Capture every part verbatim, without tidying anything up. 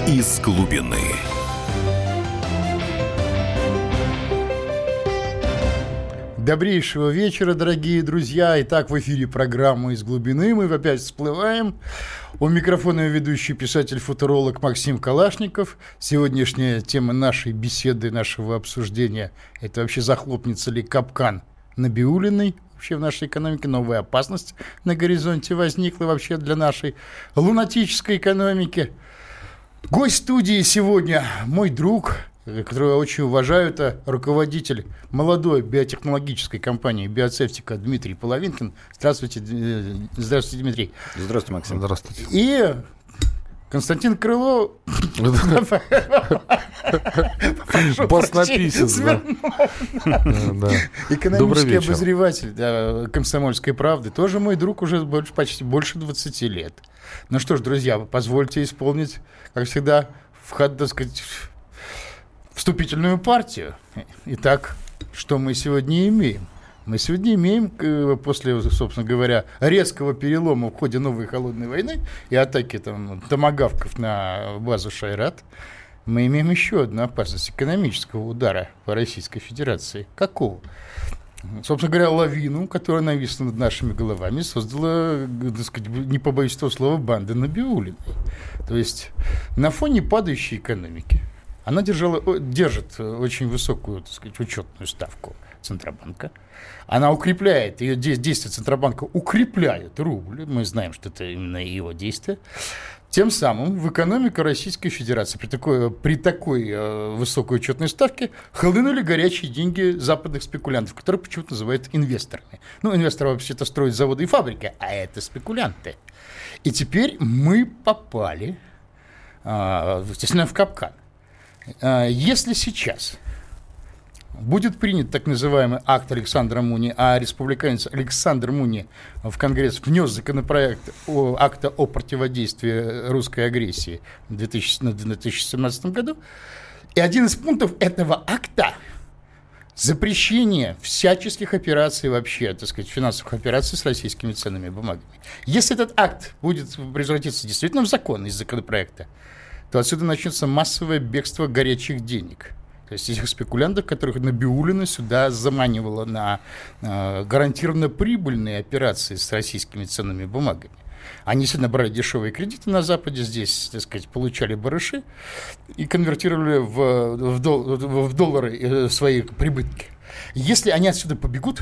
из глубины. Добрейшего вечера, дорогие друзья. Итак, в эфире программа «Из глубины». Мы опять всплываем. У микрофона ведущий писатель-футуролог Максим Калашников. Сегодняшняя тема нашей беседы, нашего обсуждения – это вообще захлопнется ли капкан Набиуллиной вообще в нашей экономике. Новая опасность на горизонте возникла вообще для нашей лунатической экономики. Гость студии сегодня мой друг, которого я очень уважаю, это руководитель молодой биотехнологической компании «Биоцевтика» Дмитрий Половинкин. Здравствуйте, здравствуйте, Дмитрий. Здравствуйте, Максим. Здравствуйте. И Константин Крылов. Баснописец, да. Экономический обозреватель «Комсомольской правды». Тоже мой друг уже почти больше двадцати лет. Ну что ж, друзья, позвольте исполнить, как всегда, вход, так сказать, вступительную партию. Итак, что мы сегодня имеем? Мы сегодня имеем, после, собственно говоря, резкого перелома в ходе новой холодной войны и атаки там, томагавков на базу Шайрат, мы имеем еще одну опасность экономического удара по Российской Федерации. Какого? Собственно говоря, лавину, которая нависла над нашими головами, создала, так сказать, не побоюсь этого слова, банда Набиуллиной. То есть на фоне падающей экономики она держала, держит очень высокую, так сказать, учетную ставку Центробанка. Она укрепляет, ее действия Центробанка укрепляют рубль. Мы знаем, что это именно его действие. Тем самым в экономику Российской Федерации при такой, при такой э, высокой учетной ставке хлынули горячие деньги западных спекулянтов, которые почему-то называют инвесторами. Ну, инвесторы вообще-то строят заводы и фабрики, а это спекулянты. И теперь мы попали, э, естественно, в капкан. Если сейчас будет принят так называемый акт Александра Муни, а республиканец Александр Муни в Конгресс внес законопроект о, акта о противодействии русской агрессии в две тысячи семнадцатом году, и один из пунктов этого акта – запрещение всяческих операций вообще, так сказать, финансовых операций с российскими ценными бумагами. Если этот акт будет превратиться действительно в закон из законопроекта, то отсюда начнется массовое бегство горячих денег. То есть этих спекулянтов, которых Набиуллина сюда заманивала на э, гарантированно прибыльные операции с российскими ценными бумагами. Они сюда брали дешевые кредиты на Западе, здесь, так сказать, получали барыши и конвертировали в, в, дол, в доллары свои прибытки. Если они отсюда побегут,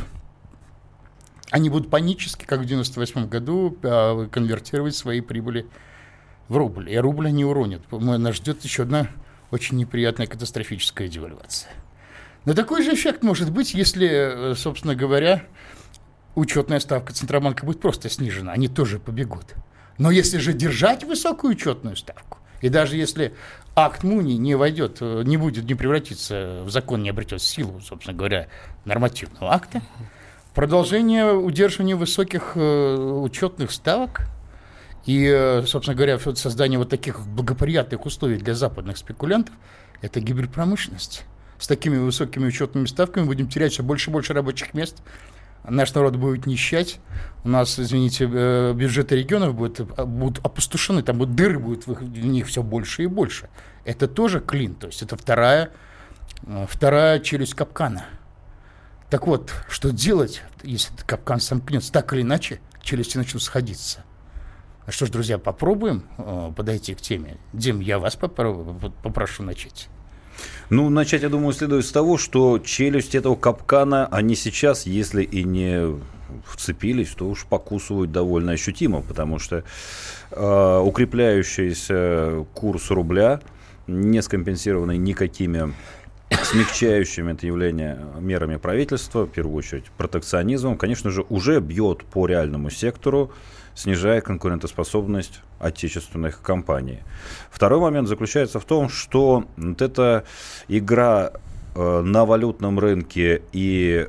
они будут панически, как в девяносто восьмом году, э, конвертировать свои прибыли в рубль, и рубль они уронят. Нас ждет еще одна очень неприятная катастрофическая девальвация. Но такой же эффект может быть, если, собственно говоря, учетная ставка Центробанка будет просто снижена, они тоже побегут. Но если же держать высокую учетную ставку, и даже если акт Муни не войдет, не будет, не превратится в закон, не обретет силу, собственно говоря, нормативного акта, продолжение удерживания высоких учетных ставок и, собственно говоря, создание вот таких благоприятных условий для западных спекулянтов – это гибель промышленности. С такими высокими учетными ставками будем терять все больше и больше рабочих мест. Наш народ будет нищать. У нас, извините, бюджеты регионов будут, будут опустошены, там будут дыры, будет в них все больше и больше. Это тоже клин, то есть это вторая, вторая челюсть капкана. Так вот, что делать, если этот капкан сомкнется? Так или иначе, челюсти начнут сходиться. Ну что ж, друзья, попробуем э, подойти к теме. Дим, я вас попробую, попрошу начать. Ну, начать, я думаю, следует с того, что челюсть этого капкана, они сейчас, если и не вцепились, то уж покусывают довольно ощутимо, потому что э, укрепляющийся курс рубля, не скомпенсированный никакими смягчающими это явление мерами правительства, в первую очередь протекционизмом, конечно же, уже бьет по реальному сектору, снижая конкурентоспособность отечественных компаний. Второй момент заключается в том, что вот эта игра э, на валютном рынке и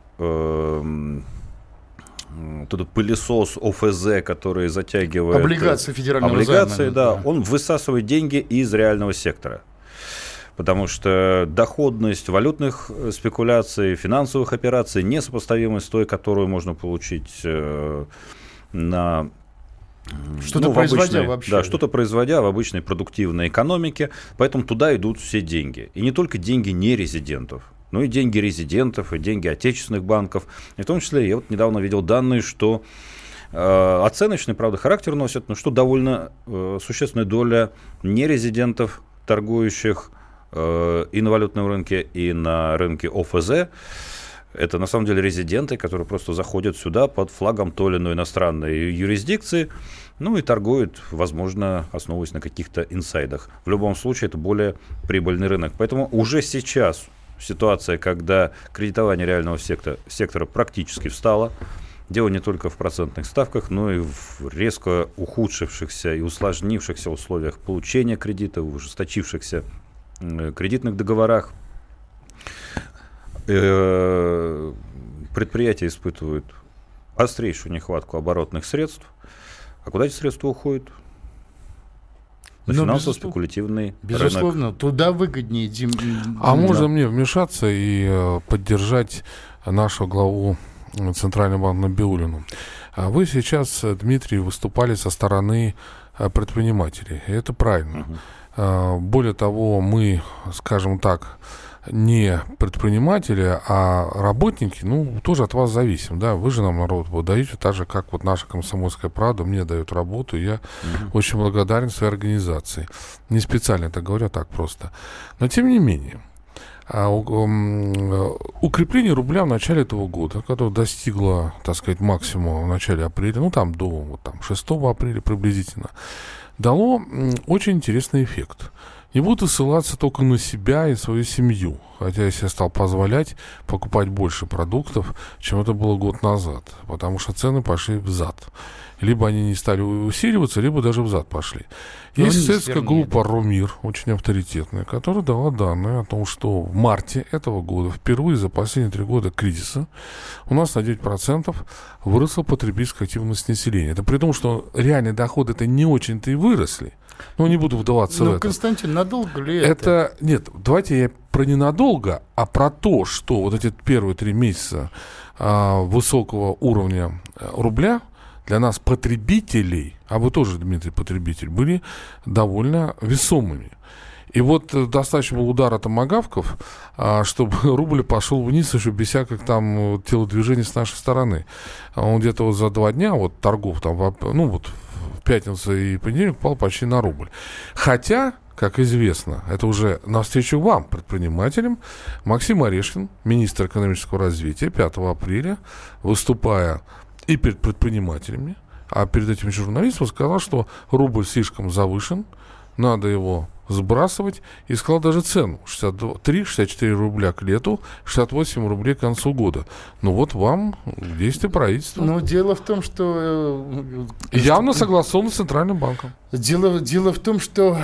э, вот этот пылесос ОФЗ, который затягивает облигации федерального облигации, займа, да, да, он высасывает деньги из реального сектора. Потому что доходность валютных спекуляций, финансовых операций несопоставима с той, которую можно получить э, на Что-то ну, производя обычной, вообще. Да, что-то производя в обычной продуктивной экономике, поэтому туда идут все деньги. И не только деньги нерезидентов, но и деньги резидентов, и деньги отечественных банков. И в том числе, я вот недавно видел данные, что э, оценочный, правда, характер носят, но что довольно э, существенная доля нерезидентов, торгующих э, и на валютном рынке, и на рынке О Ф З, это на самом деле резиденты, которые просто заходят сюда под флагом той или иной иностранной юрисдикции, ну и торгуют, возможно, основываясь на каких-то инсайдах. В любом случае, это более прибыльный рынок. Поэтому уже сейчас ситуация, когда кредитование реального сектора, сектора практически встало, дело не только в процентных ставках, но и в резко ухудшившихся и усложнившихся условиях получения кредита, в ужесточившихся кредитных договорах. Предприятия испытывают острейшую нехватку оборотных средств. А куда эти средства уходят? На Но финансово-спекулятивный безусловно, рынок. Туда выгоднее. Дим... А да. можно мне вмешаться и э, поддержать нашего главу Центрального банка Набиуллину? Вы сейчас, Дмитрий, выступали со стороны предпринимателей. И это правильно. Uh-huh. Более того, мы, скажем так, не предприниматели, а работники, ну, тоже от вас зависим, да, вы же нам работу даете, так же, как вот наша «Комсомольская правда» мне дает работу, и я mm-hmm. очень благодарен своей организации. Не специально это говорю, а так просто. Но, тем не менее, укрепление рубля в начале этого года, которое достигло, так сказать, максимума в начале апреля, ну, там до вот, там, шестого апреля приблизительно, дало очень интересный эффект. Не буду ссылаться только на себя и свою семью, хотя я себе стал позволять покупать больше продуктов, чем это было год назад, потому что цены пошли взад. Либо они не стали усиливаться, либо даже взад пошли. Есть исследовательская группа «Ромир», очень авторитетная, которая дала данные о том, что в марте этого года, впервые за последние три года кризиса, у нас на девять процентов выросла потребительская активность населения. Это при том, что реальные доходы-то не очень-то и выросли. Ну, не буду вдаваться ну, в это. Константин, надолго ли это? Это... Нет, давайте я про ненадолго, а про то, что вот эти первые три месяца а, высокого уровня рубля для нас, потребителей, а вы тоже, Дмитрий, потребитель, были довольно весомыми. И вот достаточно был удар от томагавков, а, чтобы рубль пошел вниз еще без всяких там телодвижений с нашей стороны. Он где-то вот за два дня вот торгов там, ну вот, пятница и понедельник упал почти на рубль. Хотя, как известно, это уже навстречу вам, предпринимателям, Максим Орешкин, министр экономического развития, пятого апреля, выступая и перед предпринимателями, а перед этим журналистом, сказал, что рубль слишком завышен, надо его сбрасывать, и сказал даже цену: шестьдесят три - шестьдесят четыре рубля к лету, шестьдесят восемь рублей к концу года. Ну вот вам действие правительства. Но дело в том, что... Явно согласовано с Центральным банком. Дело, дело в том, что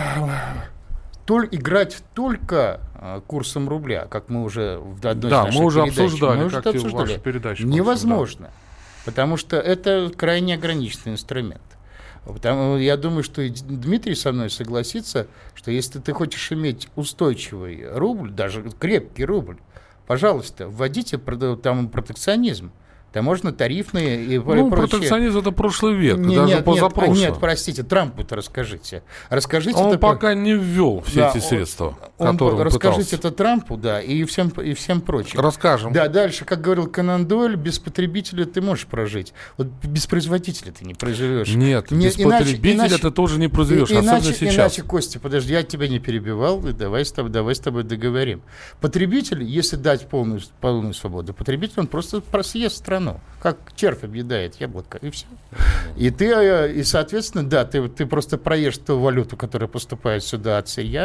толь, играть только курсом рубля, как мы уже в одной да, из наших мы уже передач, обсуждали, мы уже как обсуждали, передачи невозможно, потому что это крайне ограниченный инструмент. Потому, я думаю, что и Дмитрий со мной согласится, что если ты хочешь иметь устойчивый рубль, даже крепкий рубль, пожалуйста, вводите там протекционизм. Таможенно-тарифные и ну, прочее. Протекционизм — это прошлый век, не, даже нет, позапрошлый. Нет, нет, простите, Трампу-то расскажите. Расскажите он это, пока не ввел все да, эти средства, он, которые он расскажите пытался. это Трампу, да, и всем, и всем прочим. Расскажем. Да, дальше, как говорил Конан Дойль, без потребителя ты можешь прожить. Вот без производителя ты не проживешь. Нет, не, без иначе, потребителя иначе, ты тоже не проживешь, и, особенно иначе, сейчас. Иначе, Костя, подожди, я тебя не перебивал, и давай с тобой, давай с тобой договорим. Потребитель, если дать полную, полную свободу, потребитель, он просто съест страну. Как червь объедает яблоко, и все. И ты, и, соответственно, да, ты, ты просто проешь ту валюту, которая поступает сюда от сырья,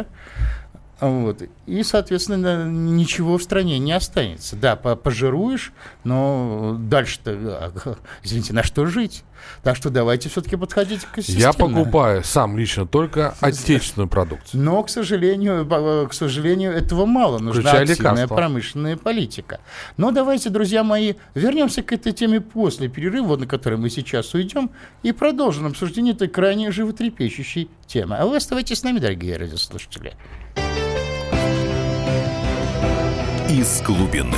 вот, и, соответственно, ничего в стране не останется. Да, пожируешь, но дальше-то, извините, на что жить? Так что давайте все-таки подходить к системе. Я покупаю сам лично только отечественную продукцию. Но, к сожалению, к сожалению, этого мало. Нужна Включая активная лекарства. Промышленная политика. Но давайте, друзья мои, вернемся к этой теме после перерыва, на который мы сейчас уйдем, и продолжим обсуждение этой крайне животрепещущей темы. А вы оставайтесь с нами, дорогие радиослушатели. Из глубины.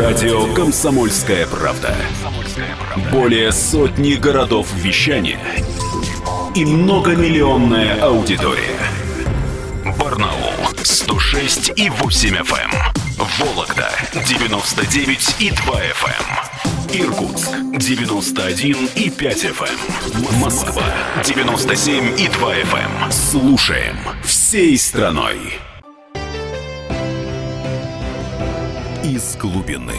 Радио «Комсомольская правда». Более сотни городов вещания и многомиллионная аудитория. Барнаул сто шесть и восемь эф эм, Вологда девяносто девять и два эф эм, Иркутск девяносто один и пять эф эм, Москва девяносто семь и два эф эм. Слушаем всей страной. Из глубины.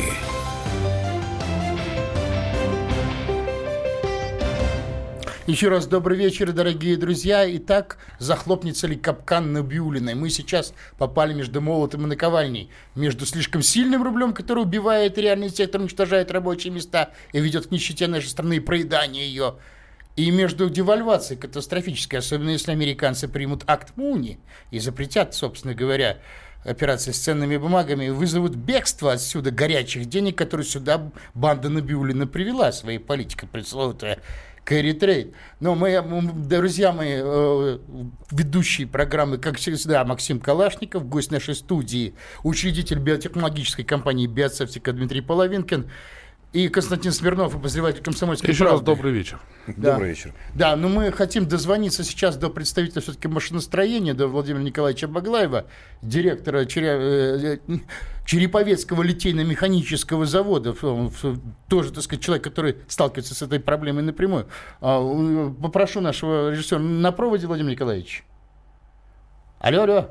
Еще раз добрый вечер, дорогие друзья. Итак, захлопнется ли капкан Набиуллиной? Мы сейчас попали между молотом и наковальней. Между слишком сильным рублем, который убивает реальный сектор, уничтожает рабочие места и ведет к нищете нашей страны и проеданию ее. И между девальвацией катастрофической, особенно если американцы примут акт Муни и запретят, собственно говоря, операции с ценными бумагами, вызовут бегство отсюда горячих денег, которые сюда банда Набиуллина привела своей политикой пресловутая. Кэрри Трейд. Но мы, друзья мои, ведущие программы, как всегда, Максим Калашников, гость нашей студии, учредитель биотехнологической компании «Биоцептика» Дмитрий Половинкин и Константин Смирнов, обозреватель «Комсомольской правды». Еще раз добрый вечер. Да. Добрый вечер. Да, но мы хотим дозвониться сейчас до представителя все-таки машиностроения, до Владимира Николаевича Баглаева, директора Череповецкого литейно-механического завода, тоже, так сказать, человек, который сталкивается с этой проблемой напрямую. Попрошу нашего режиссера на проводе, Владимир Николаевич. Алло, алло.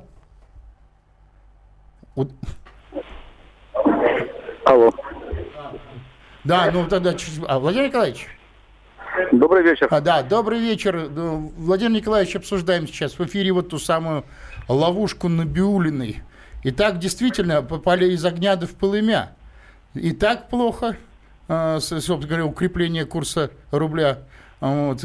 Алло. Да, ну тогда... А, Владимир Николаевич? Добрый вечер. А, да, добрый вечер. Владимир Николаевич, обсуждаем сейчас в эфире вот ту самую ловушку Набиуллиной. И так действительно попали из огня до в полымя. И так плохо, собственно говоря, укрепление курса рубля вот,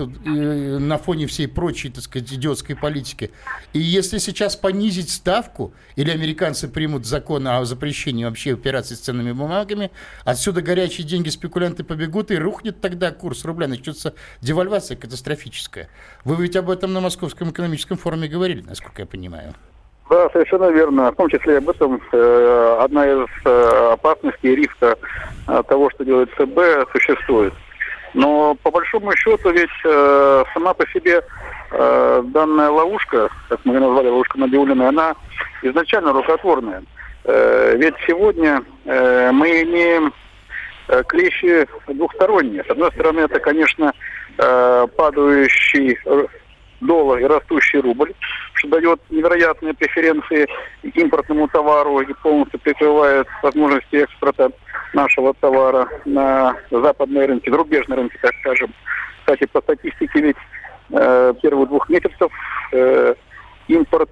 на фоне всей прочей, так сказать, идиотской политики. И если сейчас понизить ставку, или американцы примут закон о запрещении вообще операций с ценными бумагами, отсюда горячие деньги спекулянты побегут, и рухнет тогда курс рубля, начнется девальвация катастрофическая. Вы ведь об этом на Московском экономическом форуме говорили, насколько я понимаю. Да, совершенно верно. В том числе и об этом э, одна из э, опасностей и риска э, того, что делает ЦБ, существует. Но по большому счету ведь э, сама по себе э, данная ловушка, как мы ее назвали, ловушка Набиуллиной, она изначально рукотворная. Э, ведь сегодня э, мы имеем э, клещи двухсторонние. С одной стороны, это, конечно, э, падающий доллар и растущий рубль, что дает невероятные преференции импортному товару и полностью прикрывает возможности экспорта нашего товара на западные рынки, зарубежные рынки, так скажем. Кстати, по статистике ведь э, первых двух месяцев э, импорт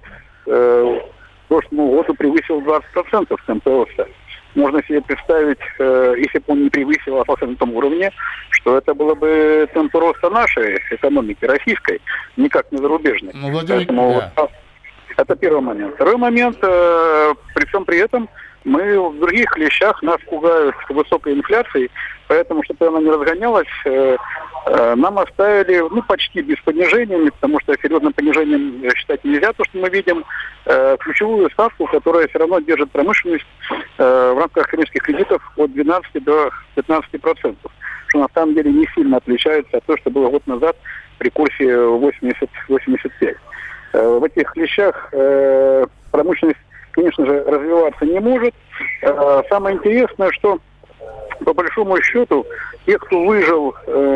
э, к прошлому году превысил двадцать процентов темпа роста. Можно себе представить, э, если бы он не превысил, а остался на том уровне, что это было бы темп роста нашей экономики, российской, никак не зарубежной. Ну, Владимир... Поэтому, да. вот, это первый момент. Второй момент, э, при всем при этом, мы в других клещах нас пугают высокой инфляцией, поэтому, чтобы она не разгонялась, э, э, нам оставили, ну, почти без понижения, потому что серьезным понижением считать нельзя, то, что мы видим, э, ключевую ставку, которая все равно держит промышленность э, в рамках коммерческих кредитов от двенадцати до пятнадцати процентов, что на самом деле не сильно отличается от того, что было год назад при курсе восемьдесят - восемьдесят пять. Э, в этих клещах э, промышленность, конечно же, развиваться не может. Самое интересное, что по большому счету те, кто выжил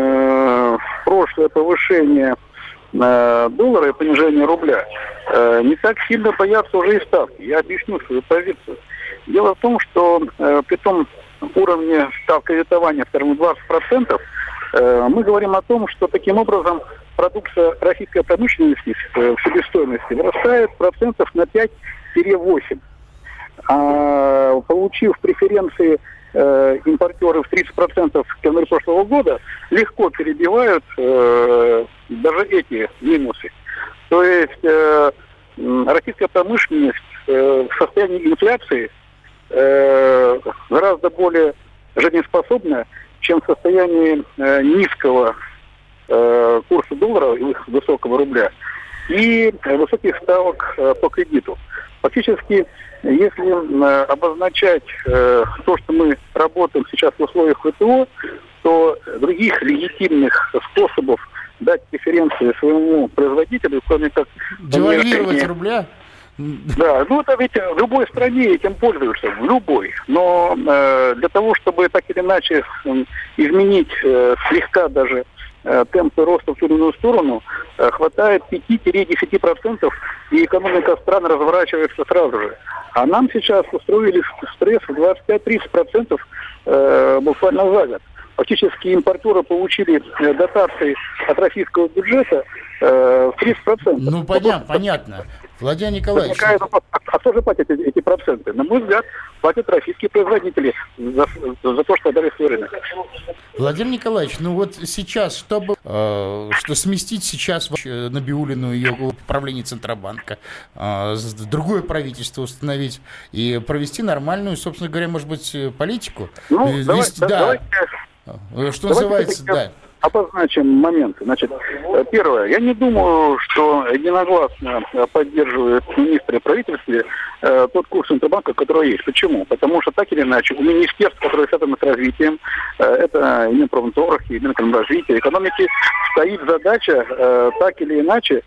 э, в прошлое повышение э, доллара и понижение рубля, э, не так сильно боятся уже и ставки. Я объясню свою позицию. Дело в том, что э, при том уровне ставки кредитования, скажем, двадцать процентов, э, мы говорим о том, что таким образом продукция российской промышленности э, в себестоимости вырастает процентов на пять-восемь. А получив преференции э, импортеры в тридцать процентов в январе прошлого года, легко перебивают э, даже эти минусы. То есть э, российская промышленность э, в состоянии инфляции э, гораздо более жизнеспособна, чем в состоянии э, низкого э, курса доллара и высокого рубля. и высоких ставок по кредиту. Фактически, если обозначать то, что мы работаем сейчас в условиях ВТО, то других легитимных способов дать преференции своему производителю, кроме как... Девальвировать рубля? Да, ну это ведь в любой стране этим пользуются, в любой. Но э, для того, чтобы так или иначе э, изменить э, слегка даже э, темпы роста в ту или иную сторону, э, хватает пять-десять процентов, и экономика стран разворачивается сразу же. А нам сейчас устроили стресс в двадцать пять-тридцать процентов э, буквально за год. Фактически импортеры получили э, дотации от российского бюджета э, в тридцать процентов. Ну, понятно, понятно. Владимир Николаевич. А, а кто же платит эти, эти проценты? На мой взгляд, платят российские производители за, за то, что отдали свой рынок. Владимир Николаевич, ну вот сейчас, чтобы э, что сместить сейчас Набиуллину и ее управление Центробанка, э, другое правительство установить и провести нормальную, собственно говоря, может быть, политику? Ну, Вести, давай, да. давайте, что называется, да. Обозначим моменты. Значит, первое. Я не думаю, что единогласно поддерживают министры и правительства э, тот курс Центробанка, который есть. Почему? Потому что так или иначе у министерств, которые связаны с развитием, э, это Минпромторг, и Минэкономразвития, экономики, стоит задача э, так или иначе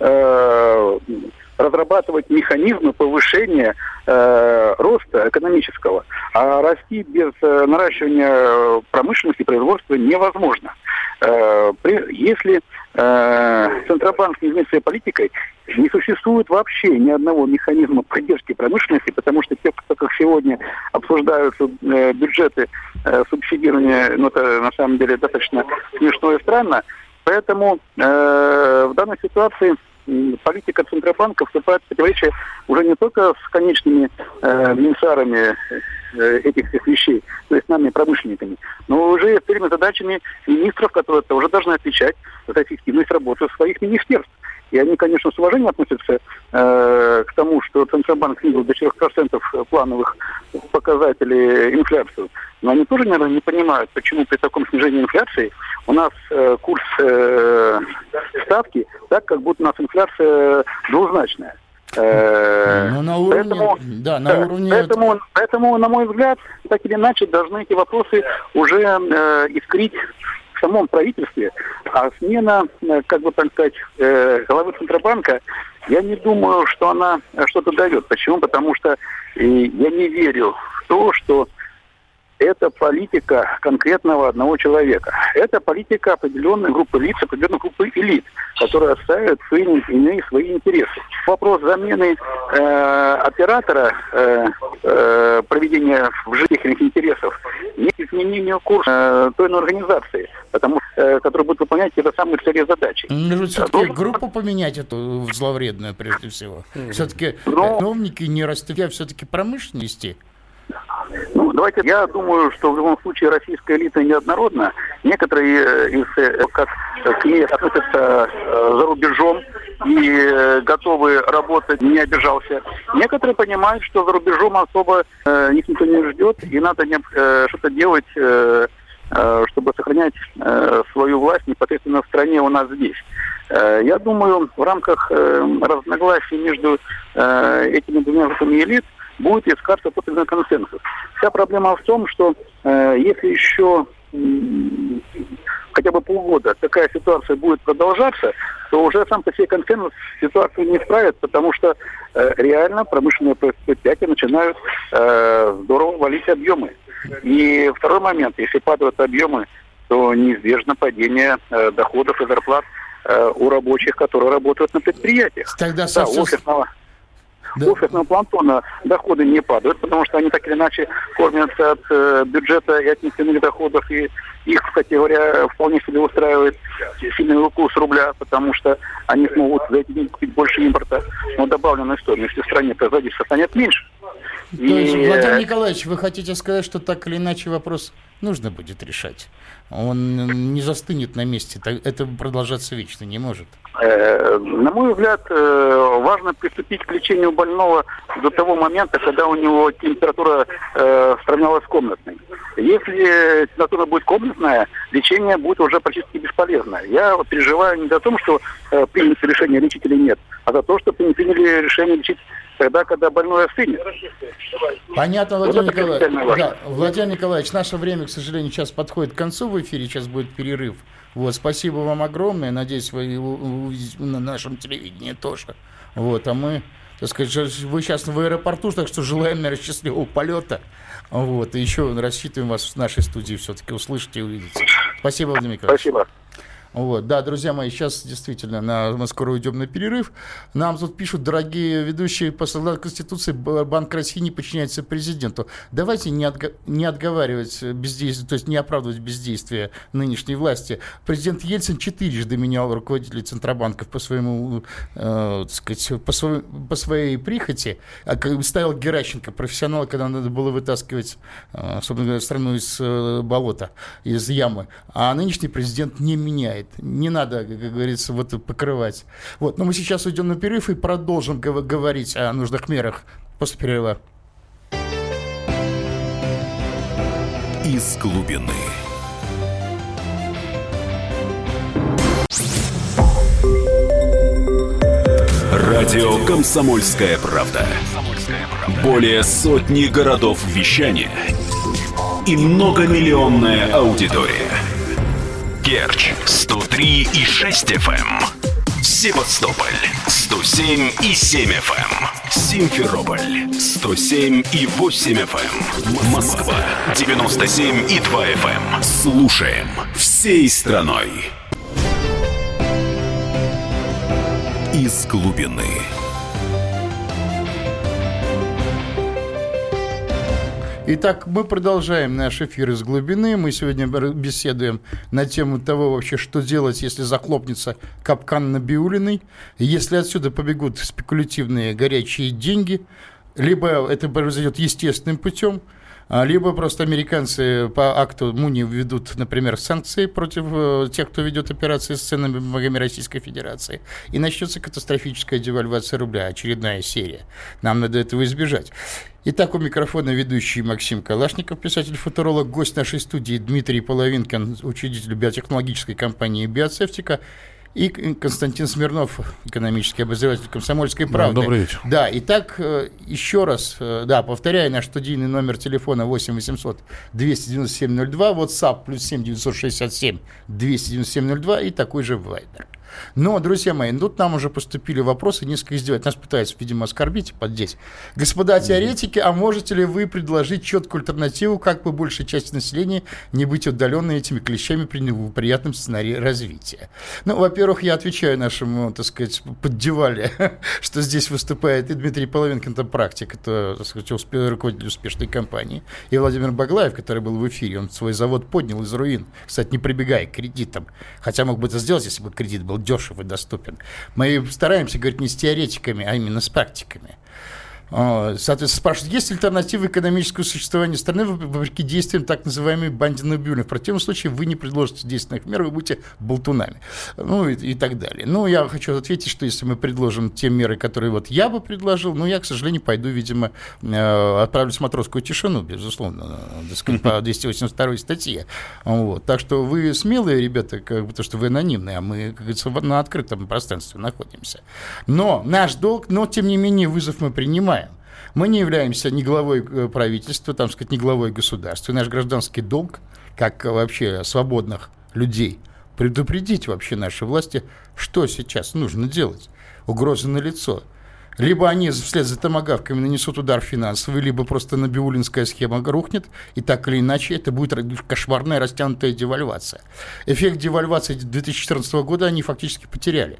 э, разрабатывать механизмы повышения э, роста экономического. А расти без э, наращивания промышленности, производства невозможно. Э, при, если э, Центробанк не занимается своей политикой, не существует вообще ни одного механизма поддержки промышленности, потому что те, кто, как сегодня обсуждаются э, бюджеты э, субсидирования, ну это на самом деле достаточно смешно и странно. Поэтому э, в данной ситуации политика Центробанка вступает в противоречие уже не только с конечными э, бенефициарами э, этих всех вещей, то есть нами, промышленниками, но уже с теми задачами министров, которые уже должны отвечать за эффективность работы своих министерств. И они, конечно, с уважением относятся э, к тому, что Центробанк снизил до четырех процентов плановых показателей инфляцию. Но они тоже, наверное, не понимают, почему при таком снижении инфляции у нас э, курс э, ставки так, как будто у нас инфляция двузначная. Э, ну, на уровне, поэтому, да, на да, уровне... Поэтому, поэтому, на мой взгляд, так или иначе, должны эти вопросы уже э, искрить в самом правительстве, а смена, как бы так сказать, главы Центробанка, я не думаю, что она что-то дает. Почему? Потому что я не верю в то, что это политика конкретного одного человека. Это политика определенной группы лиц, определенной группы элит, которые отстаивают свои, свои интересы. Вопрос замены э, оператора э, э, проведения в жизни их интересов не изменению курса э, той иной организации, потому, э, которая будет выполнять те же самые цели и задачи. Нужно все-таки Но... группу поменять, эту зловредную прежде всего. Все-таки Но... чиновники не растут, а все-таки промышленности. Ну, давайте, я думаю, что в любом случае российская элита неоднородна. Некоторые из, как к ней относятся за рубежом и готовы работать, не обижался. Некоторые понимают, что за рубежом особо их никто не ждет, и надо что-то делать, чтобы сохранять свою власть непосредственно в стране у нас здесь. Я думаю, в рамках разногласий между этими двумя группами элит будет искаться тот или иной консенсус. Вся проблема в том, что э, если еще э, хотя бы полгода такая ситуация будет продолжаться, то уже сам по себе консенсус ситуацию не справит, потому что э, реально промышленные предприятия начинают э, здорово валить объемы. И второй момент, если падают объемы, то неизбежно падение э, доходов и зарплат э, у рабочих, которые работают на предприятиях. Тогда да, офисного... Да. У офисного планктона доходы не падают, потому что они так или иначе кормятся от э, бюджета и от нефтяных доходов, и их, кстати говоря, вполне себе устраивает сильный курс рубля, потому что они смогут за эти деньги купить больше импорта, но добавленной стоимости в стране производительства станет меньше. То есть, Владимир Николаевич, вы хотите сказать, что так или иначе вопрос нужно будет решать? Он не застынет на месте, это продолжаться вечно не может. На мой взгляд, важно приступить к лечению больного до того момента, когда у него температура сравнялась с комнатной. Если температура будет комнатная, лечение будет уже практически бесполезно. бесполезно. Я вот переживаю не за то, что э, принято решение лечить или нет, а за то, что приняли решение лечить тогда, когда больной остынет. Понятно, Владимир вот Николаевич. Да, Владимир Николаевич, наше время, к сожалению, сейчас подходит к концу в эфире, сейчас будет перерыв. Вот, спасибо вам огромное. Надеюсь, вы увидите на нашем телевидении тоже. Вот, а мы, так сказать, вы сейчас в аэропорту, так что желаем, наверное, счастливого полета. Вот, и еще рассчитываем вас в нашей студии все-таки услышать и увидеть. Спасибо, Владимир Николаевич. Спасибо. Вот, да, друзья мои, сейчас действительно на, мы скоро уйдем на перерыв. Нам тут пишут, дорогие ведущие, по согласно Конституции Банк России не подчиняется президенту. Давайте не, отго- не отговаривать бездействие, то есть не оправдывать бездействие нынешней власти. Президент Ельцин четырежды менял руководителей Центробанков по своему, э, так сказать, по, свой, по своей прихоти. А ставил Геращенко, профессионала, когда надо было вытаскивать, э, собственно говоря, страну из э, болота, из ямы. А нынешний президент не меняет. Не надо, как говорится, вот покрывать. Вот. Но мы сейчас уйдем на перерыв и продолжим гов- говорить о нужных мерах после перерыва. Из глубины. Радио «Комсомольская правда». Более сотни городов вещания и многомиллионная аудитория. Керчь сто три и шесть эф эм, Севастополь сто семь и семь эф эм, Симферополь сто семь и восемь эф эм, Москва девяносто семь и два эф эм. Слушаем всей страной. Из глубины. Итак, мы продолжаем наш эфир из глубины. Мы сегодня беседуем на тему того вообще, что делать, если захлопнется капкан Набиуллиной, если отсюда побегут спекулятивные горячие деньги, либо это произойдет естественным путем, либо просто американцы по акту Муни введут, например, санкции против тех, кто ведет операции с ценными бумагами Российской Федерации, и начнется катастрофическая девальвация рубля, очередная серия. Нам надо этого избежать. Итак, у микрофона ведущий Максим Калашников, писатель-футуролог, гость нашей студии Дмитрий Половинкин, учредитель биотехнологической компании «Биоцевтика», и Константин Смирнов, экономический обозреватель «Комсомольской правды». Да, добрый вечер. Да, итак, еще раз, да, повторяю, наш студийный номер телефона восемь восемьсот двести девяносто семь ноль два, WhatsApp плюс семь девятьсот шестьдесят семь двести девяносто семь ноль два и такой же Viber. Но, друзья мои, тут нам уже поступили вопросы, несколько издевательств. Нас пытаются, видимо, оскорбить, поддеть. Господа теоретики, а можете ли вы предложить четкую альтернативу, как бы большей части населения не быть удаленной этими клещами при неприятном сценарии развития? Ну, во-первых, я отвечаю нашему, так сказать, поддевали, что здесь выступает и Дмитрий Половинкин, это практик, это, так сказать, успе- руководитель успешной компании, и Владимир Баглаев, который был в эфире, он свой завод поднял из руин, кстати, не прибегая к кредитам, хотя мог бы это сделать, если бы кредит был дешев и доступен. Мы стараемся говорить не с теоретиками, а именно с практиками. Соответственно, спрашивают, есть альтернатива экономического существования страны вопреки действиям так называемой банды Набиуллиной. В противном случае вы не предложите действенных мер, вы будете болтунами. Ну и, и так далее. Ну, я хочу ответить, что если мы предложим те меры, которые вот я бы предложил, ну, я, к сожалению, пойду, видимо, отправлюсь в матросскую тишину, безусловно, так сказать, по двести восемьдесят второй статье. Вот. Так что вы смелые, ребята, как бы, потому что вы анонимные, а мы, как говорится, на открытом пространстве находимся. Но наш долг, но, тем не менее, вызов мы принимаем. Мы не являемся ни главой правительства, там сказать, ни главой государства. И наш гражданский долг, как вообще свободных людей, предупредить вообще наши власти, что сейчас нужно делать. Угрозы налицо. Либо они вслед за томагавками нанесут удар финансовый, либо просто набиуллинская схема рухнет, и так или иначе это будет кошмарная растянутая девальвация. Эффект девальвации две тысячи четырнадцатого года они фактически потеряли,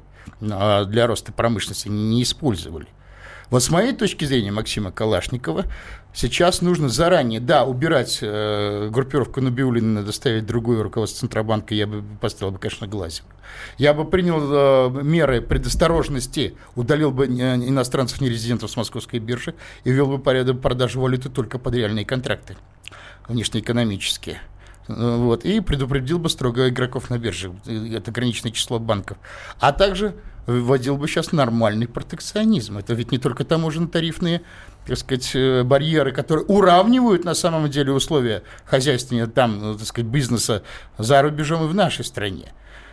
а для роста промышленности не использовали. Вот с моей точки зрения, Максима Калашникова, сейчас нужно заранее, да, убирать э, группировку Набиуллиной, надо ставить другое руководство Центробанка, я бы поставил бы, конечно, Глазева. Я бы принял э, меры предосторожности, удалил бы иностранцев нерезидентов с московской биржи и ввел бы порядок продажи валюты только под реальные контракты, внешнеэкономические. Вот, и предупредил бы строго игроков на бирже, это ограниченное число банков. А также вводил бы сейчас нормальный протекционизм. Это ведь не только таможенно-тарифные, так сказать, барьеры, которые уравнивают на самом деле условия хозяйствования там, так сказать, бизнеса за рубежом и в нашей стране.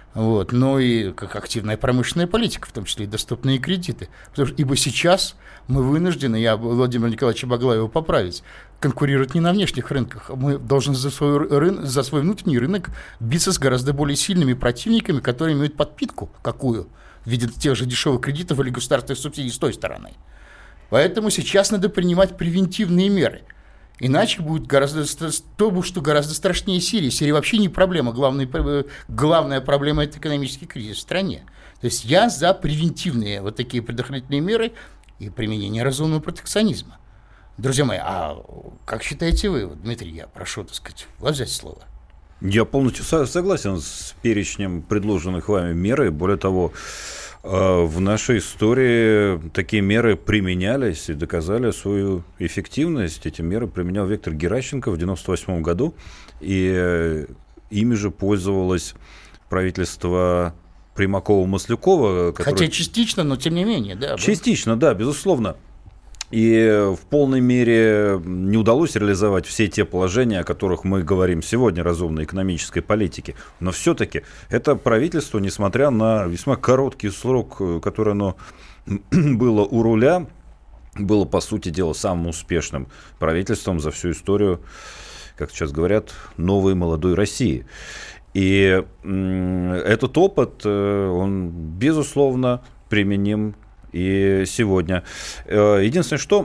Вот, но и как активная промышленная политика, в том числе и доступные кредиты. Потому что, ибо сейчас мы вынуждены, я Владимира Николаевича Баглаева поправить, конкурировать не на внешних рынках. Мы должны за свой, рын, за свой внутренний рынок биться с гораздо более сильными противниками, которые имеют подпитку какую? В виде тех же дешевых кредитов или государственных субсидий с той стороны. Поэтому сейчас надо принимать превентивные меры. Иначе будет гораздо, то, что гораздо страшнее Сирии. Сирия вообще не проблема. Главная, главная проблема – это экономический кризис в стране. То есть я за превентивные вот такие предохранительные меры и применение разумного протекционизма. Друзья мои, а как считаете вы, Дмитрий, я прошу, так сказать, вас взять слово. Я полностью согласен с перечнем предложенных вами мер. И более того, в нашей истории такие меры применялись и доказали свою эффективность. Эти меры применял Виктор Геращенко в девяносто восьмом году, и ими же пользовалось правительство Примакова-Маслякова. Который... Хотя частично, но тем не менее. Да, частично, да, безусловно. И в полной мере не удалось реализовать все те положения, о которых мы говорим сегодня, разумной экономической политики. Но все-таки это правительство, несмотря на весьма короткий срок, который оно было у руля, было, по сути дела, самым успешным правительством за всю историю, как сейчас говорят, новой молодой России. И этот опыт, он, безусловно, применим и сегодня. Единственное, что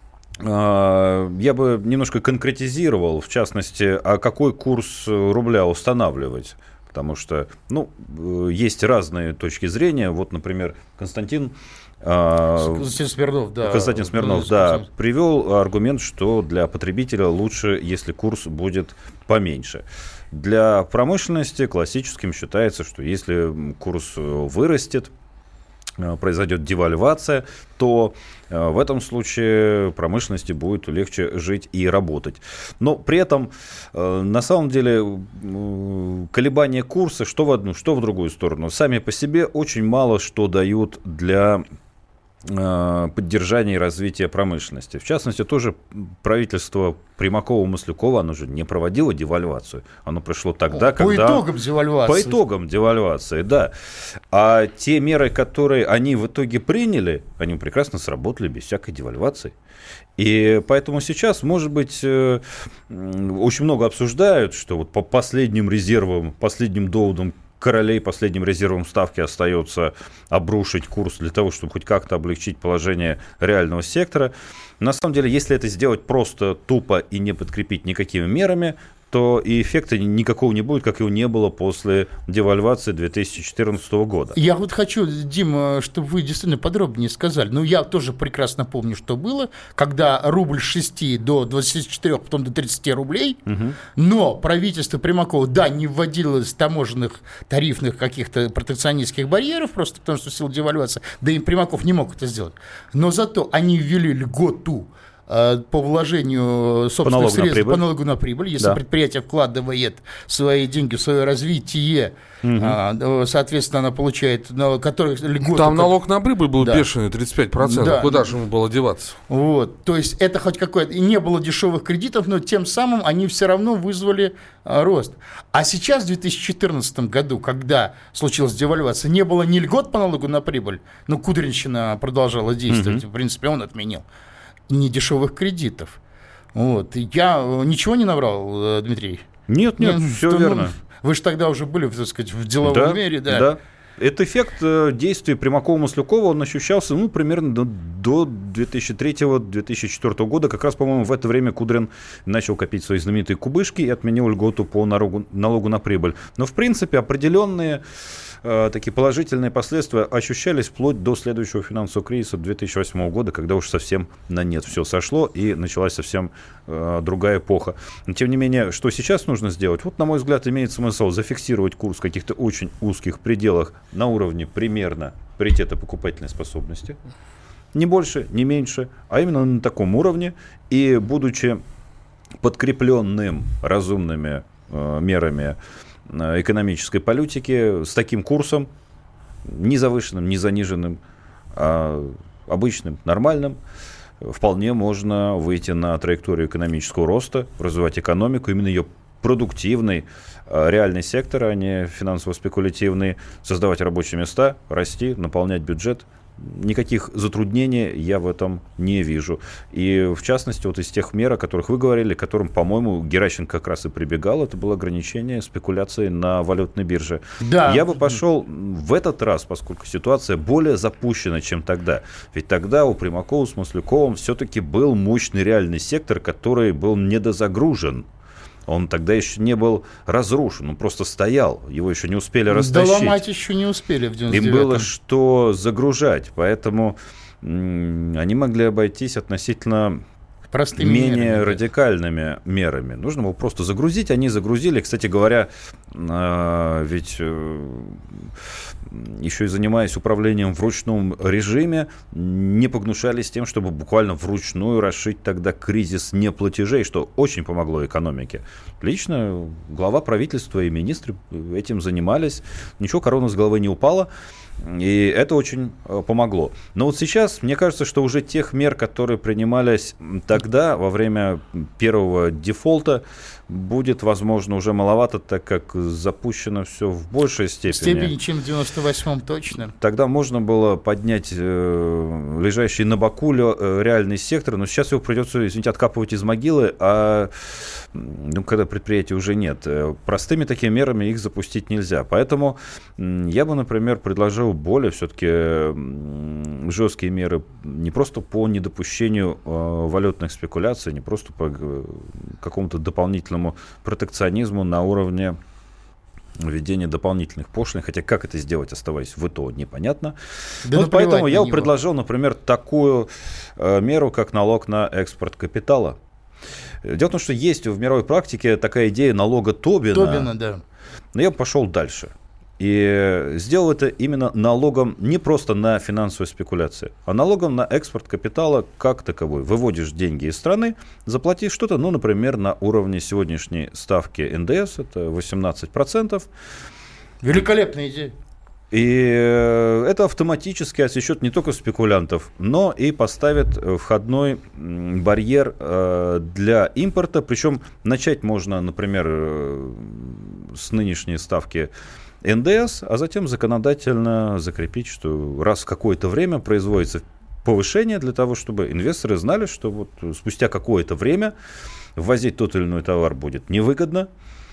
я бы немножко конкретизировал, в частности, а какой курс рубля устанавливать. Потому что, ну, есть разные точки зрения. Вот, например, Константин, Константин Смирнов, да, Константин Смирнов, да, привел аргумент, что для потребителя лучше, если курс будет поменьше. Для промышленности классическим считается, что если курс вырастет, произойдет девальвация, то в этом случае промышленности будет легче жить и работать. Но при этом, на самом деле, колебания курса, что в одну, что в другую сторону, сами по себе очень мало что дают для поддержания и развития промышленности. В частности, тоже правительство Примакова-Маслякова, оно же не проводило девальвацию. Оно пришло тогда, по когда... По итогам девальвации. По итогам девальвации, да. А те меры, которые они в итоге приняли, они прекрасно сработали без всякой девальвации. И поэтому сейчас, может быть, очень много обсуждают, что вот по последним резервам, последним доводам королей, последним резервом ставки остается обрушить курс для того, чтобы хоть как-то облегчить положение реального сектора. На самом деле, если это сделать просто тупо и не подкрепить никакими мерами, то и эффекта никакого не будет, как его не было после девальвации две тысячи четырнадцатого года. Я вот хочу, Дима, чтобы вы действительно подробнее сказали. Ну, я тоже прекрасно помню, что было, когда рубль с шести до двадцати четырёх, потом до тридцати рублей, угу. Но правительство Примакова, да, не вводило таможенных, тарифных каких-то протекционистских барьеров, просто потому что в силу девальвации, да и Примаков не мог это сделать. Но зато они ввели льготу по вложению собственных по средств, по налогу на прибыль. Если да. предприятие вкладывает свои деньги в свое развитие, угу. соответственно, она получает который, льготу. Там налог на прибыль был да. бешеный, тридцать пять процентов. Да. Куда же ему было деваться? Вот. То есть это хоть какое-то... И не было дешевых кредитов, но тем самым они все равно вызвали а, рост. А сейчас, в две тысячи четырнадцатом году, когда случилась девальвация, не было ни льгот по налогу на прибыль, но Кудринщина продолжала действовать. Угу. В принципе, он отменил. Не дешевых кредитов. Вот. Я ничего не наврал, Дмитрий? Нет, нет, нет все верно. Ну, вы же тогда уже были, так сказать, в деловом да, мире. Да, да. Этот эффект действия Примакова-Маслякова, он ощущался ну, примерно до, до две тысячи третьего - две тысячи четвёртого года. Как раз, по-моему, в это время Кудрин начал копить свои знаменитые кубышки и отменил льготу по налогу, налогу на прибыль. Но, в принципе, определенные э, такие положительные последствия ощущались вплоть до следующего финансового кризиса две тысячи восьмого года, когда уж совсем на нет все сошло и началась совсем э, другая эпоха. Но, тем не менее, что сейчас нужно сделать? Вот, на мой взгляд, имеет смысл зафиксировать курс в каких-то очень узких пределах на уровне примерно паритета покупательной способности. Не больше, не меньше, а именно на таком уровне. И будучи подкрепленным разумными э, мерами э, экономической политики, с таким курсом, не завышенным, не заниженным, а обычным, нормальным, вполне можно выйти на траекторию экономического роста, развивать экономику, именно ее продуктивный, реальный сектор, а не финансово-спекулятивный, создавать рабочие места, расти, наполнять бюджет. Никаких затруднений я в этом не вижу. И, в частности, вот из тех мер, о которых вы говорили, к которым, по-моему, Геращенко как раз и прибегал, это было ограничение спекуляции на валютной бирже. Да. Я бы пошел в этот раз, поскольку ситуация более запущена, чем тогда. Ведь тогда у Примакова с Масляковым все-таки был мощный реальный сектор, который был недозагружен. Он тогда еще не был разрушен, он просто стоял, его еще не успели растащить. Доломать еще не успели в девяносто девятом. Им было что загружать, поэтому м- они могли обойтись относительно простыми менее мерами, радикальными мерами. Нужно было просто загрузить, они загрузили. Кстати говоря, э- ведь... Э- еще и занимаясь управлением в ручном режиме, не погнушались тем, чтобы буквально вручную расшить тогда кризис неплатежей, что очень помогло экономике. Лично глава правительства и министры этим занимались. Ничего, корона с головы не упала. И это очень помогло. Но вот сейчас, мне кажется, что уже тех мер, которые принимались тогда, во время первого дефолта, будет, возможно, уже маловато, так как запущено все в большей степени. В степени, чем в девяносто восьмом точно. Тогда можно было поднять э, лежащий на боку э, реальный сектор, но сейчас его придется, извините, откапывать из могилы, а ну, когда предприятий уже нет. Простыми такими мерами их запустить нельзя. Поэтому э, я бы, например, предложил более все-таки э, жесткие меры не просто по недопущению э, валютных спекуляций, не просто по э, какому-то дополнительному протекционизму на уровне введения дополнительных пошлин, хотя как это сделать, оставаясь в ИТО, непонятно. Да вот поэтому я бы предложил, например, такую э, меру, как налог на экспорт капитала. Дело в том, что есть в мировой практике такая идея налога Тобина. Тобина, да. Но я бы пошел дальше. И сделал это именно налогом не просто на финансовые спекуляции, а налогом на экспорт капитала как таковой. Выводишь деньги из страны, заплатишь что-то, ну, например, на уровне сегодняшней ставки эн дэ эс, это восемнадцать процентов. Великолепная идея. И это автоматически отсечет не только спекулянтов, но и поставит входной барьер для импорта. Причем начать можно, например, с нынешней ставки эн дэ эс, а затем законодательно закрепить, что раз в какое-то время производится повышение для того, чтобы инвесторы знали, что вот спустя какое-то время ввозить тот или иной товар будет невыгодно.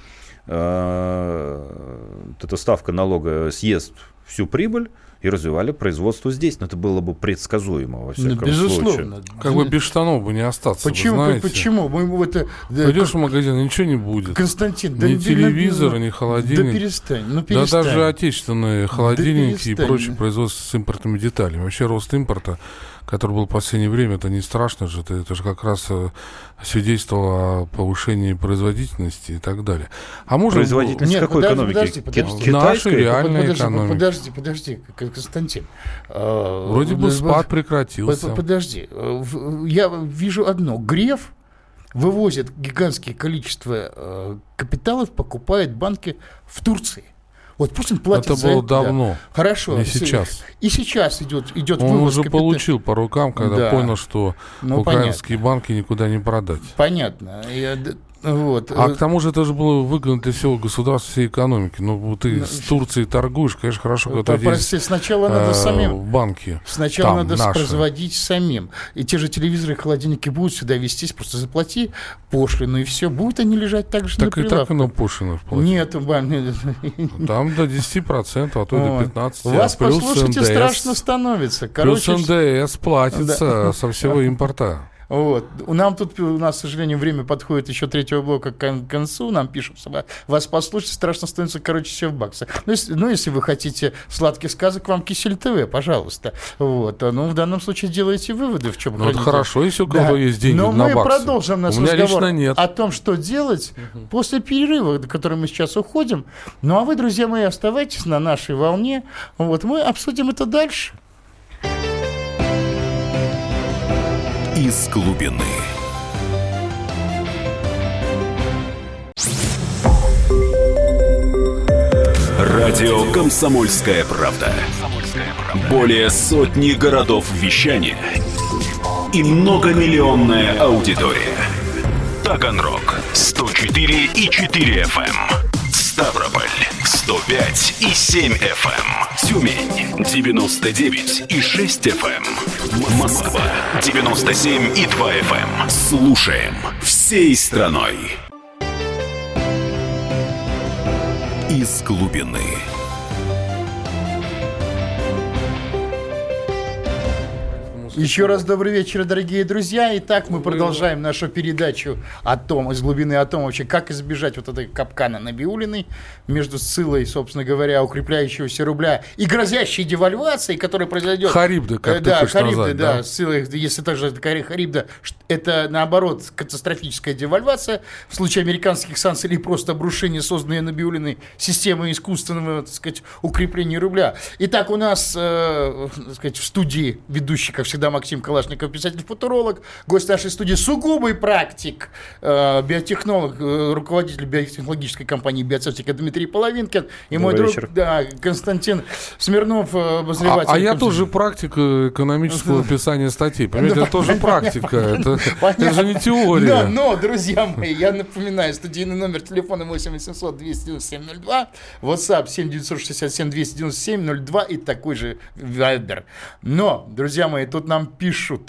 Эта ставка налога съест всю прибыль, и развивали производство здесь. Но это было бы предсказуемо, во всяком ну, безусловно. случае. Как бы без штанов бы не остаться. Почему? Вы знаете. Почему? Мы, это, Пойдешь да, в магазин, ничего не будет. Константин, ни да, телевизора, да, ни холодильник. Да перестань, ну перестань. Да даже отечественные холодильники да и прочее производство с импортными деталями. Вообще рост импорта, который был в последнее время, это не страшно же. Это, это же как раз свидетельствовало о повышении производительности и так далее. А может, производительность нет, какой подожди, экономики? Подожди, подожди. Нашей реальной подожди, экономики. Подожди, подожди, Константин. Вроде бы спад прекратился. Подожди. Я вижу одно. Греф вывозит гигантские количества капиталов, покупает банки в Турции. Вот пусть он платит это за было это. давно. Да. Хорошо. Не сейчас. И сейчас идет, идет он вывоз уже капитала. получил по рукам, когда да. понял, что ну, украинские понятно. банки никуда не продать. Понятно. Я, вот. А к тому же это же было выгодно для всего государства, всей экономики. Ну, ты ну, с Турцией торгуешь, конечно, хорошо, когда прости, сначала надо э, самим. банки. Сначала там, надо наши. производить самим. И те же телевизоры и холодильники будут сюда вестись, просто заплати пошлину, и все. Будут они лежать так же так на прилавке. Так и так и на пошлину платить. Нет, там до десять процентов, а то и до пятнадцать процентов. Вас плюс послушайте, эн дэ эс, страшно становится. Короче, плюс эн дэ эс платится да. со всего импорта. Вот. Нам тут, у нас, к сожалению, время подходит еще третьего блока к концу. Нам пишут, вас послушать, страшно становится, короче, все в баксах. Ну если, ну, если вы хотите сладких сказок, вам Кисель ТВ, пожалуйста. Вот. Ну, в данном случае делайте выводы, в чем ну, это хорошо, если у кого да. есть деньги Но на мы баксы. продолжим наш у меня разговор лично нет. о том, что делать угу. после перерыва, до которого мы сейчас уходим. Ну, а вы, друзья мои, оставайтесь на нашей волне. Вот. Мы обсудим это дальше. Из глубины. Радио «Комсомольская правда». Более сотни городов вещания и многомиллионная аудитория. Таганрог сто четыре четыре и четыре эф эм. Ставрополь сто пять и семь эф эм. Тюмень девяносто девять и шесть эф эм. Москва девяносто семь и два эф эм. Слушаем всей страной. Из глубины. Еще раз добрый вечер, дорогие друзья. Итак, мы продолжаем нашу передачу о том, из глубины о том, вообще, как избежать вот этой капкана Набиуллиной между ссылой, собственно говоря, укрепляющегося рубля и грозящей девальвацией, которая произойдет. Харибда, как да, ты хочешь Харибда, назвать, да, да. ссылы, если также Харибда, это, наоборот, катастрофическая девальвация в случае американских санкций или просто обрушение созданной Набиуллиной системы искусственного, так сказать, укрепления рубля. Итак, у нас, э, так сказать, в студии ведущий, как всегда, Максим Калашников, писатель-футуролог, гость нашей студии, сугубый практик, э, биотехнолог, э, руководитель биотехнологической компании «Биоцептика» Дмитрий Половинкин и мой друг, да, Константин Смирнов, обозреватель. А, а я тоже практик экономического писания статей. Понимаете, это тоже практика, это, это же не теория. Да, но, друзья мои, я напоминаю, студийный номер телефона восемь восемьсот двести девяносто семь ноль два, WhatsApp семь девятьсот шестьдесят семь двести девяносто семь ноль два и такой же Viber. Но, друзья мои, тут нам пишут,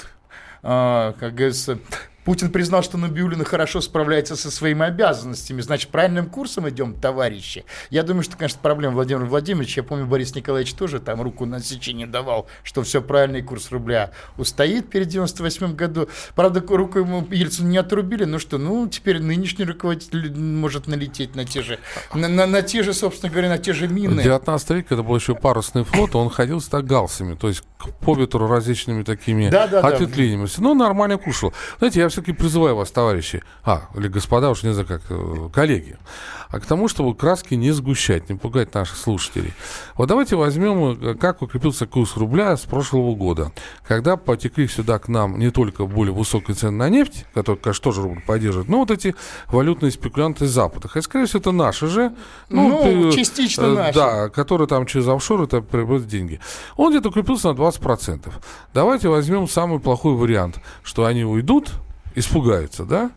э, как говорится, Путин признал, что Набиуллина хорошо справляется со своими обязанностями. Значит, правильным курсом идем, товарищи. Я думаю, что, конечно, проблема Владимира Владимировича. Я помню, Борис Николаевич тоже там руку на отсечение давал, что все правильный курс рубля устоит перед девяносто восьмым году. Правда, руку ему Ельцину не отрубили. Ну что, ну теперь нынешний руководитель может налететь на те же, на, на, на те же, собственно говоря, на те же мины. В девятнадцатом веке это был еще парусный флот, он ходил с галсами, то есть по ветру различными такими да, да, ответвлениями. Да. Ну, нормально кушал. Знаете, я все-таки призываю вас, товарищи, а, или господа, уж не знаю как, коллеги, а к тому, чтобы краски не сгущать, не пугать наших слушателей. Вот давайте возьмем, как укрепился курс рубля с прошлого года, когда потекли сюда к нам не только более высокие цены на нефть, которые, конечно, тоже рубль поддерживает, но вот эти валютные спекулянты из Запада. Хотя, скорее всего, это наши же. Ну, ну ты, частично э, наши. Да, которые там через офшоры это приводят деньги. Он где-то укрепился на двадцать процентов. Давайте возьмем самый плохой вариант, что они уйдут, испугаются, да,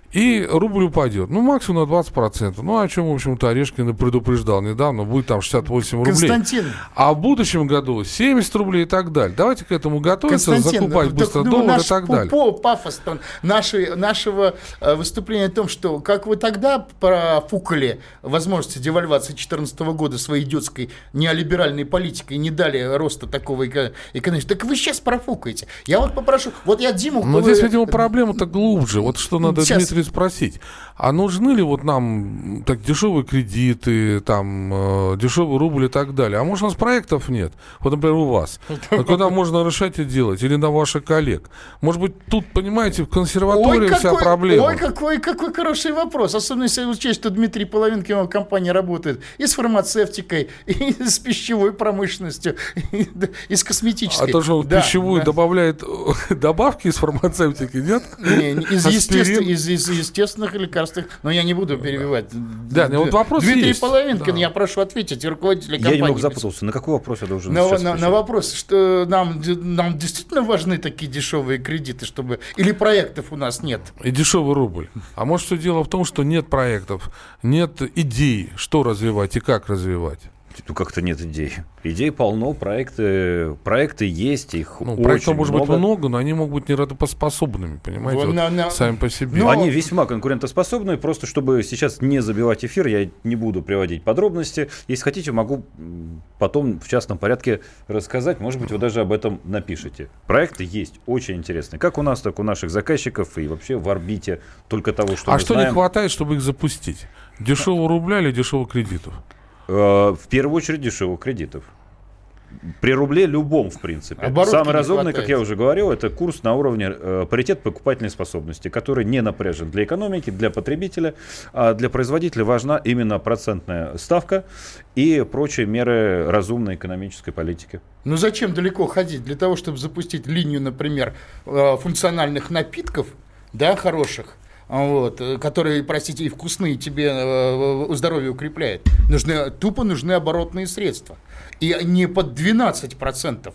и рубль упадет. Ну, максимум на двадцать процентов. Ну, о чем, в общем-то, Орешкин предупреждал недавно. Будет там шестьдесят восемь рублей. Константин. А в будущем году семьдесят рублей и так далее. Давайте к этому готовиться, закупать быстро ну, доллар и так далее. По пафос нашей, нашего э, выступления о том, что как вы тогда профукали возможности девальвации две тысячи четырнадцатого года своей идиотской неолиберальной политикой и не дали роста такого эко- экономики, так вы сейчас профукаете. Я вот попрошу, вот я Диму... Но здесь, видимо, проблема-то глубже. Вот что надо, сейчас. Дмитрий, спросить. А нужны ли вот нам так дешевые кредиты, там, э, дешевый рубль и так далее? А может, у нас проектов нет? Вот, например, у вас. А куда можно решать и делать? Или на ваших коллег? Может быть, тут, понимаете, в консерватории ой, вся какой, проблема? Ой, какой, какой хороший вопрос. Особенно, если учесть, что Дмитрий Половинкин, его компания работает и с фармацевтикой, и с пищевой промышленностью, и, и с косметической. А то, что да, пищевую да. добавляет добавки из фармацевтики, нет? Не, из, естествен, из, из естественных лекарств. Но я не буду перебивать. Да, вот вопрос Дмитрий есть. Половинкин, Да. я прошу ответить, руководителя компании. Я немного запутался. На какой вопрос я должен на, сейчас на, на вопрос, что нам, нам действительно важны такие дешевые кредиты, чтобы... Или проектов у нас нет? И дешевый рубль. А может, все дело в том, что нет проектов, нет идей, что развивать и как развивать. Ну, как-то нет идей. Идей полно, проекты, проекты есть, их ну, очень проектов может много. быть много, но они могут быть нерадоспособными, понимаете, вот, вот, на, на... сами по себе. Но... Они весьма конкурентоспособны, просто чтобы сейчас не забивать эфир, я не буду приводить подробности. Если хотите, могу потом в частном порядке рассказать, может быть, вы даже об этом напишите. Проекты есть, очень интересные, как у нас, так и у наших заказчиков, и вообще в орбите только того, что а мы что знаем. не хватает, чтобы их запустить? Дешевого рубля или дешевых кредитов? В первую очередь дешевых кредитов. При рубле любом, в принципе. Оборотки Самый разумный, хватает. как я уже говорил, это курс на уровне э, паритет покупательной способности, который не напряжен для экономики, для потребителя, а для производителя важна именно процентная ставка и прочие меры разумной экономической политики. Ну зачем далеко ходить? Для того, чтобы запустить линию, например, функциональных напитков, да, хороших, вот, которые, простите, и вкусные, тебе э, здоровье укрепляют. Нужны, тупо нужны оборотные средства. И не под двенадцать процентов.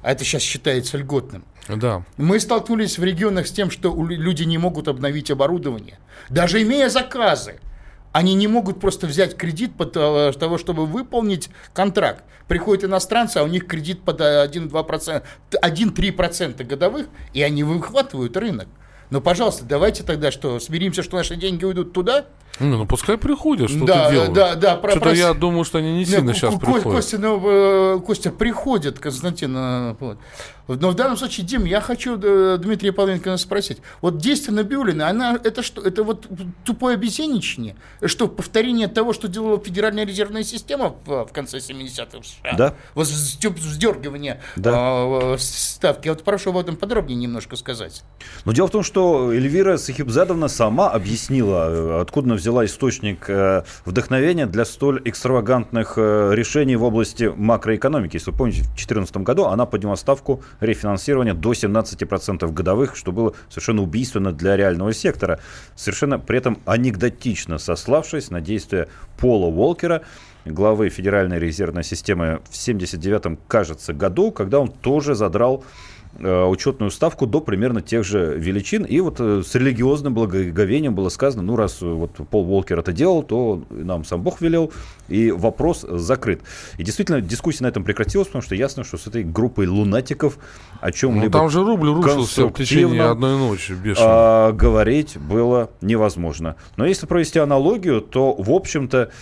а это сейчас считается льготным. Да. Мы столкнулись в регионах с тем, что люди не могут обновить оборудование. Даже имея заказы, они не могут просто взять кредит под того, чтобы выполнить контракт. Приходят иностранцы, а у них кредит под один-два процента, один-три процента годовых, и они выхватывают рынок. Но, пожалуйста, давайте тогда что, смиримся, что наши деньги уйдут туда? Ну, ну пускай приходят, что да, ты делаешь. Да, да, про, Что-то про... я думаю, что они не сильно да, сейчас Ко- приходят. Костя, ну, Костя, приходит, Константин. Вот. Но в данном случае, Дим, я хочу Дмитрия Павленко спросить. Вот действие Набиуллиной, она, это что? Это вот тупое обезьяничание? Что, повторение того, что делала Федеральная резервная система в, в конце семидесятых в США? Да. Вот вздергивание да. э, ставки. Я вот прошу об этом подробнее немножко сказать. Но дело в том, что Эльвира Сахибзадовна сама объяснила, откуда взяла источник вдохновения для столь экстравагантных решений в области макроэкономики. Если вы помните, в две тысячи четырнадцатом году она подняла ставку рефинансирования до семнадцати процентов годовых, что было совершенно убийственно для реального сектора, совершенно при этом анекдотично сославшись на действия Пола Уолкера, главы Федеральной резервной системы в семьдесят девятом, кажется, году, когда он тоже задрал учетную ставку до примерно тех же величин. И вот с религиозным благоговением было сказано, ну, раз вот Пол Уолкер это делал, то нам сам Бог велел, и вопрос закрыт. И действительно, дискуссия на этом прекратилась, потому что ясно, что с этой группой лунатиков о чем-либо ну, там же рубль рушился в течение одной ночи. А, говорить было невозможно. Но если провести аналогию, то, в общем-то,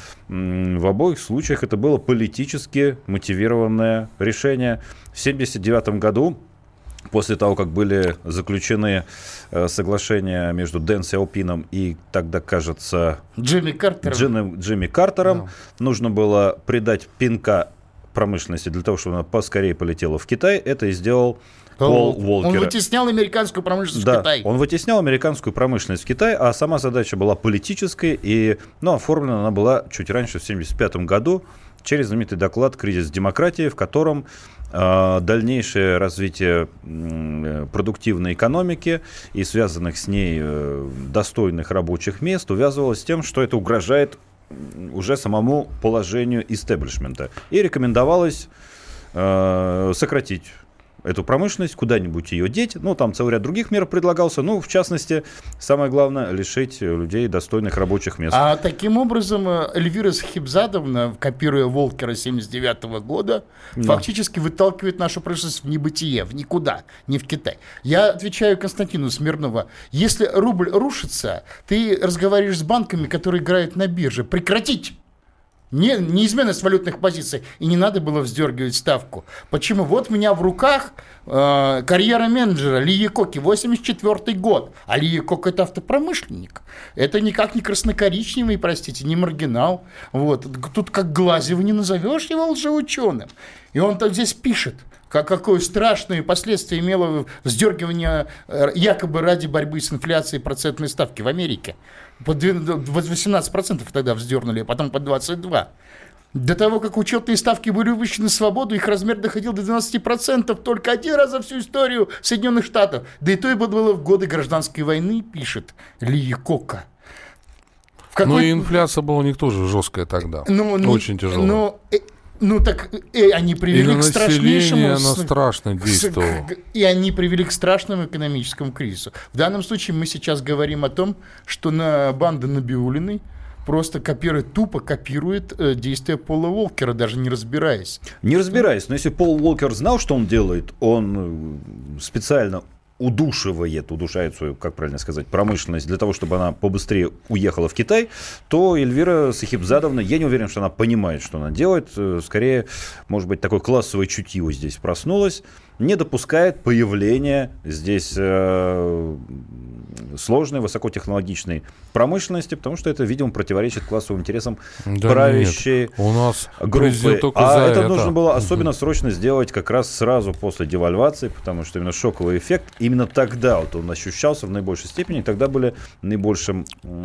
в обоих случаях это было политически мотивированное решение. В семьдесят девятом году, после того, как были заключены э, соглашения между Дэн Сяопином и тогда, кажется, Джимми Картером, Джимми, Джимми Картером, да. нужно было придать пинка промышленности для того, чтобы она поскорее полетела в Китай. Это и сделал Пол Уолкер. Он вытеснял американскую промышленность да, в Китай. Он вытеснял американскую промышленность в Китай, а сама задача была политической, и ну, оформлена она была чуть раньше, в семьдесят пятом году, через знаменитый доклад «Кризис демократии», в котором э, дальнейшее развитие э, продуктивной экономики и связанных с ней э, достойных рабочих мест увязывалось с тем, что это угрожает уже самому положению истеблишмента. И рекомендовалось э, сократить эту промышленность, куда-нибудь ее деть. Ну, там целый ряд других мер предлагался. Ну, в частности, самое главное, лишить людей достойных рабочих мест. А таким образом Эльвира Сахибзадовна, копируя Уолкера семьдесят девятого года, да. фактически выталкивает нашу промышленность в небытие, в никуда, не в Китай. Я отвечаю Константину Смирнову. Если рубль рушится, ты разговариваешь с банками, которые играют на бирже. Прекратить! Не, неизменность валютных позиций. И не надо было вздергивать ставку. Почему? Вот у меня в руках э, карьера менеджера Ли Якоки, восемьдесят четвёртый год. А Ли Якок — это автопромышленник. Это никак не краснокоричневый, простите, не маргинал. Вот. Тут как Глазева не назовешь его лжеученым. И он так здесь пишет, как, какое страшные последствия имело вздергивание якобы ради борьбы с инфляцией процентной ставки в Америке. Под восемнадцать процентов тогда вздернули, а потом под двадцать два процента. До того, как учетные ставки были выпущены в свободу, их размер доходил до двенадцать процентов только один раз за всю историю Соединенных Штатов. Да и то и было в годы гражданской войны, пишет Ли Якока. Какой... Ну и инфляция была у них тоже жесткая тогда, ну, очень ну, тяжелая. Ну, Ну так и они привели и к страшнейшему... она страшно действовала. И они привели к страшному экономическому кризису. В данном случае мы сейчас говорим о том, что на банда Набиуллиной просто копирует, тупо копирует э, действия Пола Уолкера, даже не разбираясь. Не разбираясь, но если Пол Уолкер знал, что он делает, он специально удушивает, удушает свою, как правильно сказать, промышленность для того, чтобы она побыстрее уехала в Китай, то Эльвира Сахибзадовна, я не уверен, что она понимает, что она делает. Скорее, может быть, такое классовое чутье здесь проснулось, не допускает появления здесь э, сложной, высокотехнологичной промышленности, потому что это, видимо, противоречит классовым интересам да правящей нет, у нас группы. Только а за это, это нужно было особенно срочно сделать как раз сразу после девальвации, потому что именно шоковый эффект, именно тогда вот он ощущался в наибольшей степени, тогда были наибольшим,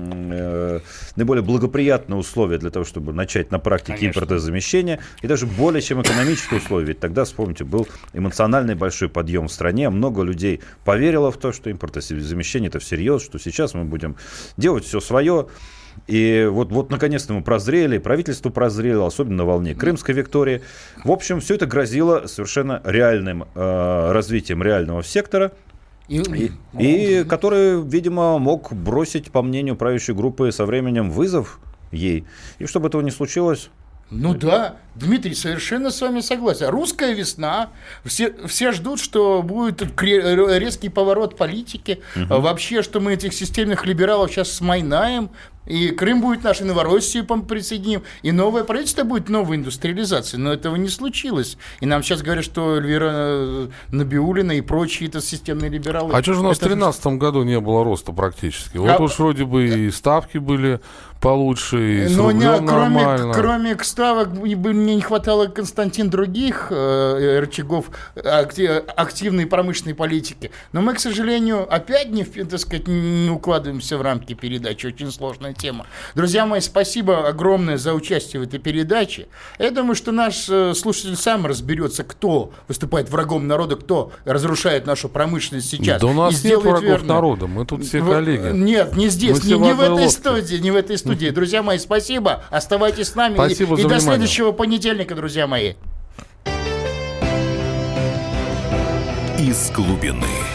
э, наиболее благоприятные условия для того, чтобы начать на практике Конечно. импортозамещение, и даже более чем экономические условия. Ведь тогда, вспомните, был эмоциональный большой подъем в стране, много людей поверило в то, что импортозамещение это всерьез, что сейчас мы будем делать все свое. И вот, вот наконец-то мы прозрели, правительство прозрело, особенно на волне Крымской Виктории. В общем, все это грозило совершенно реальным э, развитием реального сектора, и, и, и который, видимо, мог бросить, по мнению правящей группы, со временем вызов ей. И чтобы этого не случилось... Ну да, Дмитрий, совершенно с вами согласен. Русская весна, все, все ждут, что будет резкий поворот политики, угу. вообще, что мы этих системных либералов сейчас смайнаем, и Крым будет нашей Новороссией присоединим, и новое правительство будет новой индустриализацией, но этого не случилось. И нам сейчас говорят, что Эльвира Набиуллина и прочие это системные либералы. А что же у нас это... в тринадцатом году не было роста практически? Вот а... уж вроде бы и ставки были получше, и с рублем не, нормально. Кроме, кроме ставок, мне не хватало, Константин, других э, рычагов актив, активной промышленной политики. Но мы, к сожалению, опять не, так сказать, не укладываемся в рамки передачи. Очень сложная тема. Друзья мои, спасибо огромное за участие в этой передаче. Я думаю, что наш э, слушатель сам разберется, кто выступает врагом народа, кто разрушает нашу промышленность сейчас. Да у нас нет врагов верно. народа, мы тут все в, коллеги. Нет, не здесь, не, не в этой лодке. студии, не в этой студии. Друзья мои, спасибо. Оставайтесь с нами. Спасибо и, за и до внимание. следующего понедельника, друзья мои. Из глубины.